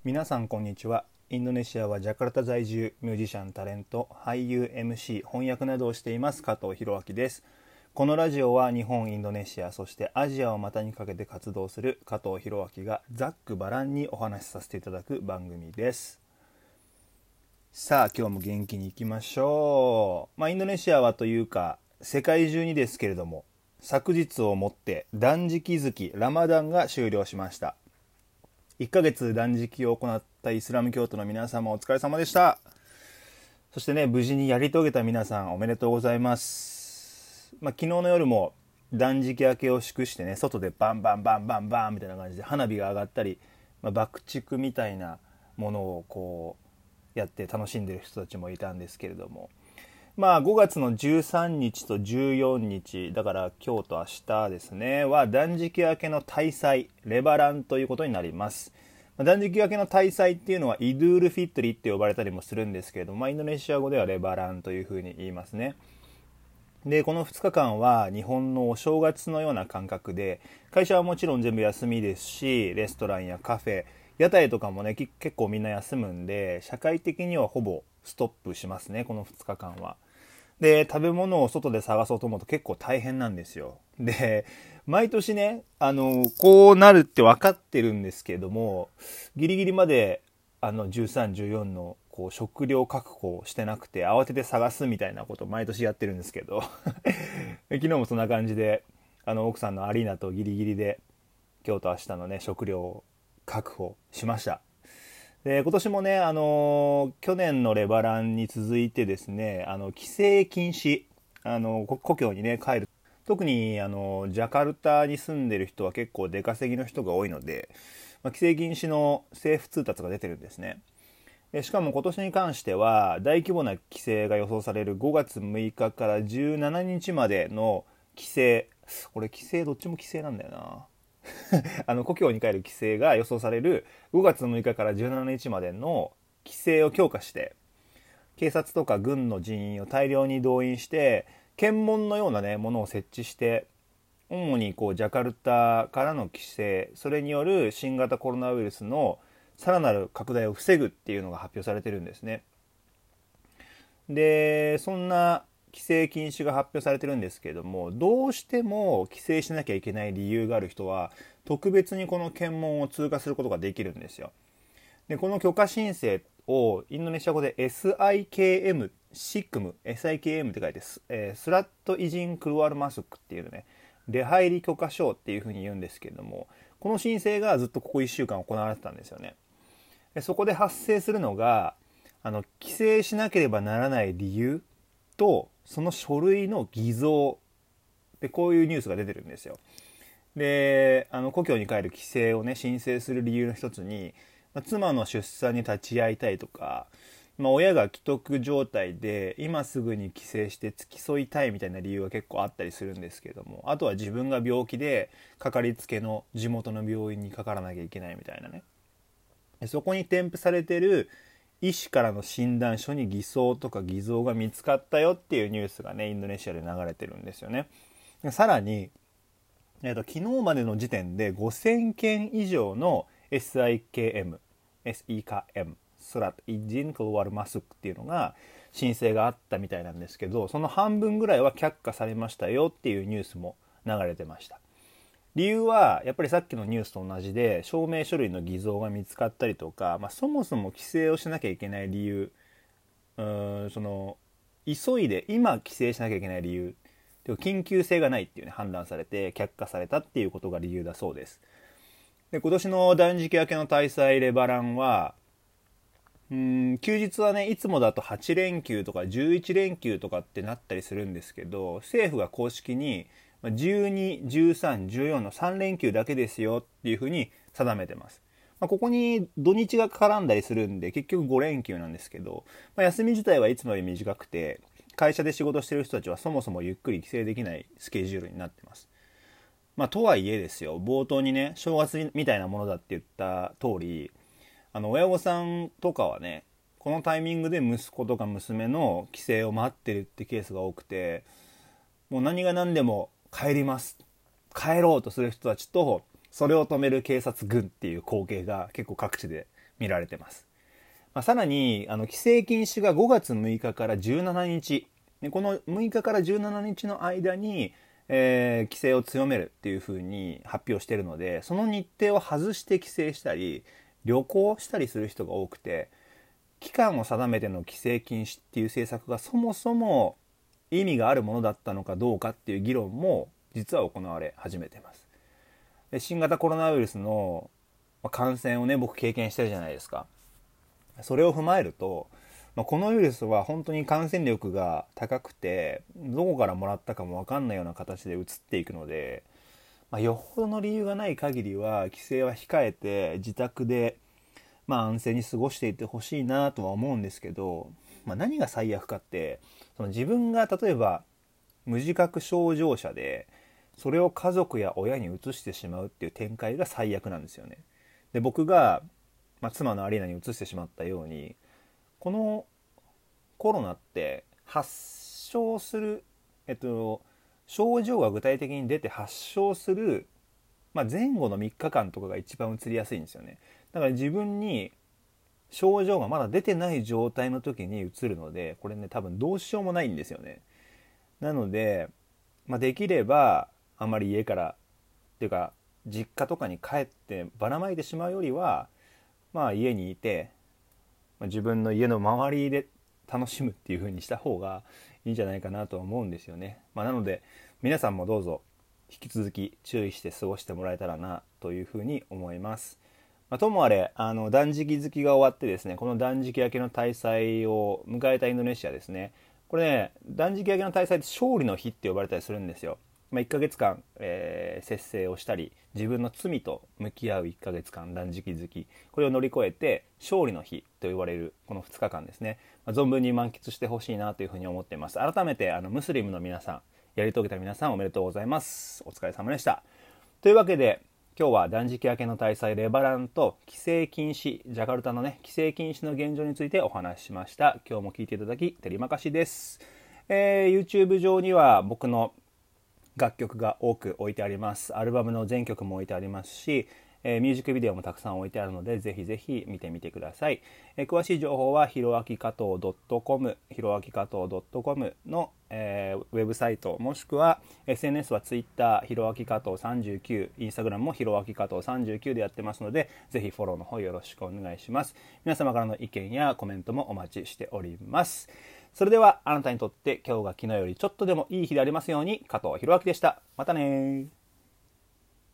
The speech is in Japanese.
皆さんこんにちは。インドネシアはジャカルタ在住、ミュージシャン、タレント、俳優、MC、翻訳などをしています加藤弘明です。このラジオは日本、インドネシア、そしてアジアを股にかけて活動する加藤弘明がざっくばらんにお話しさせていただく番組です。さあ今日も元気にいきましょう。インドネシアはというか世界中にですけれども、昨日をもって断食月ラマダンが終了しました。1ヶ月断食を行ったイスラム教徒の皆様お疲れ様でした。そしてね、無事にやり遂げた皆さんおめでとうございます。昨日の夜も断食明けを祝してね、外でバンバンバンバンバンみたいな感じで花火が上がったり、爆竹みたいなものをこうやって楽しんでる人たちもいたんですけれども、5月の13日と14日だから今日と明日ですねは断食明けの大祭レバランということになります。断食明けの大祭っていうのはイドゥールフィットリって呼ばれたりもするんですけれども、インドネシア語ではレバランというふうに言いますね。でこの2日間は日本のお正月のような感覚で、会社はもちろん全部休みですし、レストランやカフェ、屋台とかもね結構みんな休むんで、社会的にはほぼストップしますね、この2日間は。で食べ物を外で探そうと思うと結構大変なんですよ。で毎年ねこうなるって分かってるんですけれども、ギリギリまで1314のこう食料確保をしてなくて慌てて探すみたいなことを毎年やってるんですけど昨日もそんな感じで奥さんのアリーナとギリギリで今日と明日のね食料を確保しました。で今年もね、去年のレバランに続いてですね、帰省禁止、故郷にね帰る、特にジャカルタに住んでる人は結構出稼ぎの人が多いので、帰省禁止の政府通達が出てるんですね。しかも今年に関しては大規模な帰省が予想される5月6日から17日までの帰省、これ帰省どっちも帰省なんだよな故郷に帰る規制が予想される5月6日から17日までの規制を強化して、警察とか軍の人員を大量に動員して検問のようなねものを設置して、主にこうジャカルタからの規制、それによる新型コロナウイルスのさらなる拡大を防ぐっていうのが発表されてるんですね。でそんな規制禁止が発表されてるんですけれども、どうしても規制しなきゃいけない理由がある人は特別にこの検問を通過することができるんですよ。でこの許可申請をインドネシア語で SIKM、 SIKM って書いてスラットイジンクルワルマスクっていうね、出入り許可証っていうふうに言うんですけれども、この申請がずっとここ1週間行われてたんですよね。でそこで発生するのが規制しなければならない理由とその書類の偽造で、こういうニュースが出てるんですよ。で故郷に帰る帰省をね申請する理由の一つに、妻の出産に立ち会いたいとか、親が危篤状態で今すぐに帰省して付き添いたいみたいな理由が結構あったりするんですけれども、あとは自分が病気でかかりつけの地元の病院にかからなきゃいけないみたいなね。そこに添付されてる医師からの診断書に偽装とか偽造が見つかったよっていうニュースがねインドネシアで流れてるんですよね。さらに、昨日までの時点で5000件以上の SIKM、スラットイジンクルワルマスクっていうのが申請があったみたいなんですけど、その半分ぐらいは却下されましたよっていうニュースも流れてました。理由はやっぱりさっきのニュースと同じで、証明書類の偽造が見つかったりとか、そもそも規制をしなきゃいけない理由、その急いで今規制しなきゃいけない理由、緊急性がないっていうね判断されて却下されたっていうことが理由だそうです。で今年の断食明けの大祭レバランは休日はねいつもだと8連休とか11連休とかってなったりするんですけど、政府が公式に12、13、14の3連休だけですよっていうふうに定めてます。ここに土日が絡んだりするんで結局5連休なんですけど、休み自体はいつもより短くて、会社で仕事してる人たちはそもそもゆっくり帰省できないスケジュールになってます。とはいえですよ、冒頭にね正月みたいなものだって言った通り、親御さんとかはねこのタイミングで息子とか娘の帰省を待ってるってケースが多くて、もう何が何でも帰ります、帰ろうとする人たちとそれを止める警察軍っていう光景が結構各地で見られてます。さらに規制禁止が5月6日から17日この6日から17日の間に、規制を強めるっていうふうに発表しているので、その日程を外して規制したり旅行したりする人が多くて、期間を定めての規制禁止っていう政策がそもそも意味があるものだったのかどうかっていう議論も実は行われ始めています。で、新型コロナウイルスの感染をね、僕経験してるじゃないですか。それを踏まえると、このウイルスは本当に感染力が高くて、どこからもらったかも分かんないような形で移っていくので、よほどの理由がない限りは規制は控えて自宅で安静に過ごしていてほしいなとは思うんですけど、何が最悪かって、その自分が例えば無自覚症状者でそれを家族や親に移してしまうっていう展開が最悪なんですよね。で、僕が、妻のアリーナに移してしまったように、このコロナって発症する、症状が具体的に出て発症する、前後の3日間とかが一番移りやすいんですよね。だから自分に症状がまだ出てない状態の時に移るので、これね、多分どうしようもないんですよね。なので、できればあまり家からっていうか実家とかに帰ってばらまいてしまうよりは、家にいて、自分の家の周りで楽しむっていう風にした方がいいんじゃないかなと思うんですよね。なので皆さんもどうぞ引き続き注意して過ごしてもらえたらなという風に思います。ともあれ断食月が終わってですね、この断食明けの大祭を迎えたインドネシアですね。これね、断食明けの大祭って勝利の日って呼ばれたりするんですよ。1ヶ月間、節制をしたり自分の罪と向き合う1ヶ月間断食月、これを乗り越えて勝利の日と言われるこの2日間ですね、存分に満喫してほしいなというふうに思っています。改めてムスリムの皆さん、やり遂げた皆さんおめでとうございます。お疲れ様でした。というわけで今日は断食明けの大祭レバランと規制禁止、ジャカルタのね規制禁止の現状についてお話ししました。今日も聞いていただきテリマカシです。YouTube 上には僕の楽曲が多く置いてあります。アルバムの全曲も置いてありますし、ミュージックビデオもたくさん置いてあるので、ぜひぜひ見てみてください。詳しい情報はひろあき加藤 .com ひろあき加藤 .com の、ウェブサイト、もしくは SNS は Twitter ひろあき加藤39、インスタグラムもひろあき加藤39でやってますので、ぜひフォローの方よろしくお願いします。皆様からの意見やコメントもお待ちしております。それではあなたにとって今日が昨日よりちょっとでもいい日でありますように。加藤弘明でした。またね。